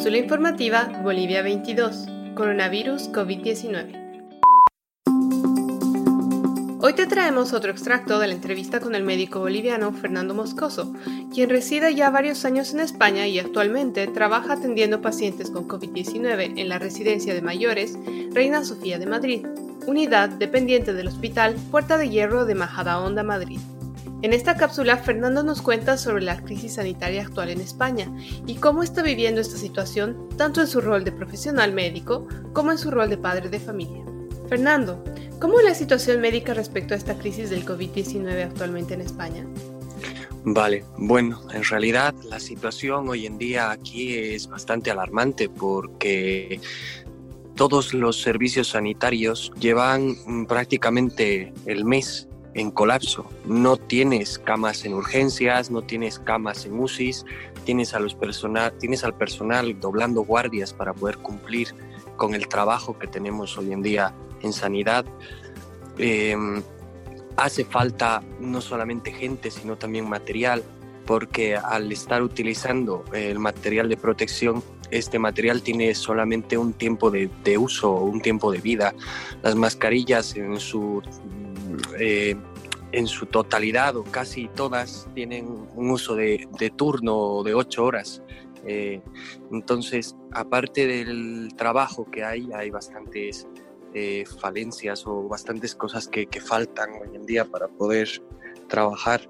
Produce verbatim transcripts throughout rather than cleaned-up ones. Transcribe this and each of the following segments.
Cápsula informativa Bolivia veintidós, coronavirus COVID diecinueve. Hoy te traemos otro extracto de la entrevista con el médico boliviano Fernando Moscoso, quien reside ya varios años en España y actualmente trabaja atendiendo pacientes con COVID diecinueve en la residencia de mayores Reina Sofía de Madrid, unidad dependiente del Hospital Puerta de Hierro de Majadahonda, Madrid. En esta cápsula, Fernando nos cuenta sobre la crisis sanitaria actual en España y cómo está viviendo esta situación tanto en su rol de profesional médico como en su rol de padre de familia. Fernando, ¿cómo es la situación médica respecto a esta crisis del COVID diecinueve actualmente en España? Vale, bueno, en realidad la situación hoy en día aquí es bastante alarmante porque todos los servicios sanitarios llevan prácticamente el mes en colapso. No tienes camas en urgencias, no tienes camas en U C Is, tienes, a los personal, tienes al personal doblando guardias para poder cumplir con el trabajo que tenemos hoy en día en sanidad. Eh, hace falta no solamente gente, sino también material, porque al estar utilizando el material de protección, este material tiene solamente un tiempo de, de uso, un tiempo de vida. Las mascarillas en su, eh, en su totalidad o casi todas tienen un uso de, de turno de ocho horas. Eh, entonces, aparte del trabajo que hay, hay bastantes eh, falencias o bastantes cosas que, que faltan hoy en día para poder trabajar.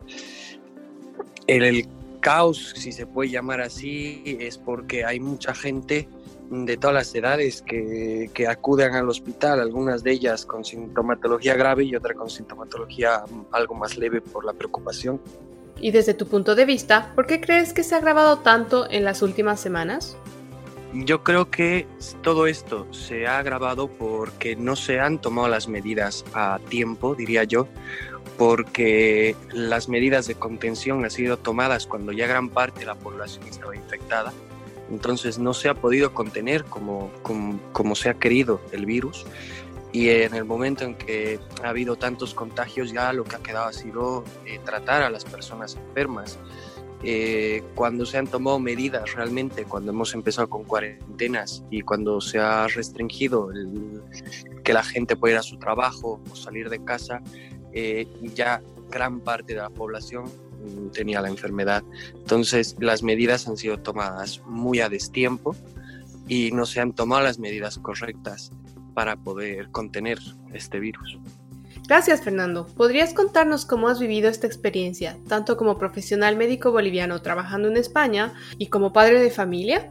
El, el caos, si se puede llamar así, es porque hay mucha gente de todas las edades que, que acuden al hospital, algunas de ellas con sintomatología grave y otra con sintomatología algo más leve por la preocupación. Y desde tu punto de vista, ¿por qué crees que se ha agravado tanto en las últimas semanas? Yo creo que todo esto se ha agravado porque no se han tomado las medidas a tiempo, diría yo, porque las medidas de contención han sido tomadas cuando ya gran parte de la población estaba infectada. Entonces no se ha podido contener como, como, como se ha querido el virus. Y en el momento en que ha habido tantos contagios, ya lo que ha quedado ha sido eh, tratar a las personas enfermas. Eh, cuando se han tomado medidas realmente, cuando hemos empezado con cuarentenas y cuando se ha restringido el, que la gente pueda ir a su trabajo o salir de casa, eh, ya gran parte de la población tenía la enfermedad. Entonces las medidas han sido tomadas muy a destiempo y no se han tomado las medidas correctas para poder contener este virus. Gracias, Fernando. ¿Podrías contarnos cómo has vivido esta experiencia, tanto como profesional médico boliviano trabajando en España y como padre de familia?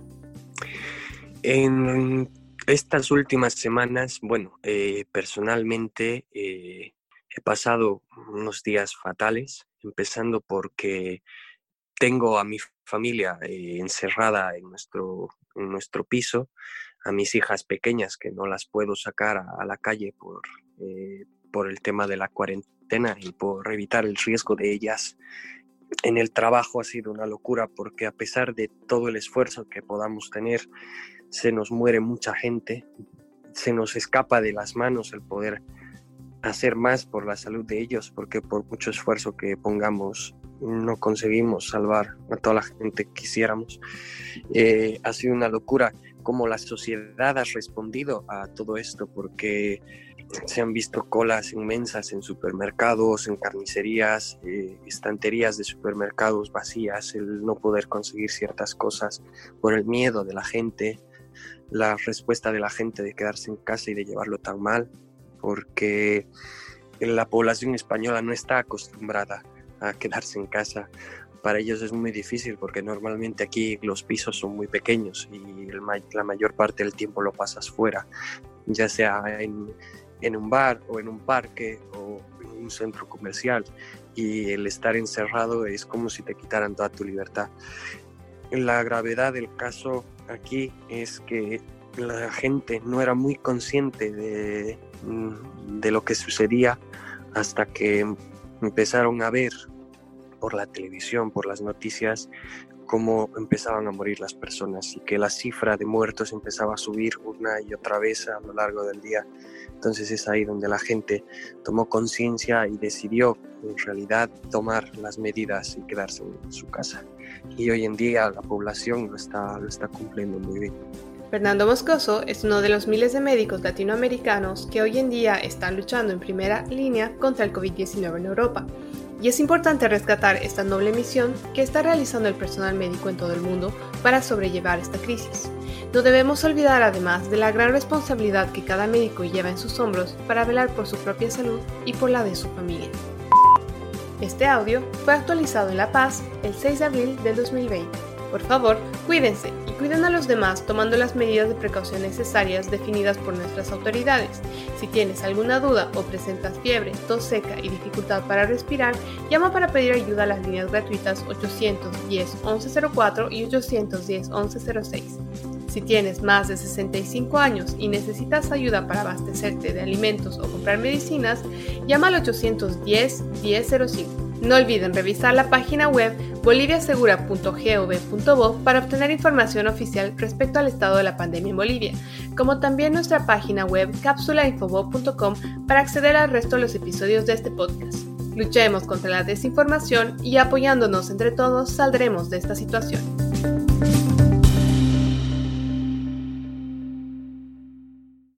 En estas últimas semanas, bueno, eh, personalmente eh, he pasado unos días fatales, empezando porque tengo a mi familia eh, encerrada en nuestro, en nuestro piso, a mis hijas pequeñas que no las puedo sacar a, a la calle por, eh, por el tema de la cuarentena y por evitar el riesgo de ellas. En el trabajo ha sido una locura porque a pesar de todo el esfuerzo que podamos tener, se nos muere mucha gente, se nos escapa de las manos el poder hacer más por la salud de ellos, porque por mucho esfuerzo que pongamos no conseguimos salvar a toda la gente que quisiéramos. Eh, ha sido una locura cómo la sociedad ha respondido a todo esto, porque se han visto colas inmensas en supermercados, en carnicerías, eh, estanterías de supermercados vacías, el no poder conseguir ciertas cosas por el miedo de la gente, la respuesta de la gente de quedarse en casa y de llevarlo tan mal, porque la población española no está acostumbrada a quedarse en casa. Para ellos es muy difícil porque normalmente aquí los pisos son muy pequeños y el, la mayor parte del tiempo lo pasas fuera, ya sea en, en un bar o en un parque o en un centro comercial, y el estar encerrado es como si te quitaran toda tu libertad. La gravedad del caso aquí es que la gente no era muy consciente de, de lo que sucedía hasta que empezaron a ver por la televisión, por las noticias, cómo empezaban a morir las personas y que la cifra de muertos empezaba a subir una y otra vez a lo largo del día. Entonces es ahí donde la gente tomó conciencia y decidió en realidad tomar las medidas y quedarse en su casa. Y hoy en día la población lo está, lo está cumpliendo muy bien. Fernando Moscoso es uno de los miles de médicos latinoamericanos que hoy en día están luchando en primera línea contra el covid diecinueve en Europa. Y es importante rescatar esta noble misión que está realizando el personal médico en todo el mundo para sobrellevar esta crisis. No debemos olvidar además de la gran responsabilidad que cada médico lleva en sus hombros para velar por su propia salud y por la de su familia. Este audio fue actualizado en La Paz el seis de abril del dos mil veinte. Por favor, cuídense y cuiden a los demás tomando las medidas de precaución necesarias definidas por nuestras autoridades. Si tienes alguna duda o presentas fiebre, tos seca y dificultad para respirar, llama para pedir ayuda a las líneas gratuitas ochocientos diez once cero cuatro y ochocientos diez once cero seis. Si tienes más de sesenta y cinco años y necesitas ayuda para abastecerte de alimentos o comprar medicinas, llama al ochocientos diez diez cero cinco. No olviden revisar la página web bolivia segura punto gov punto bo para obtener información oficial respecto al estado de la pandemia en Bolivia, como también nuestra página web cápsula infobo punto com para acceder al resto de los episodios de este podcast. Luchemos contra la desinformación y apoyándonos entre todos saldremos de esta situación.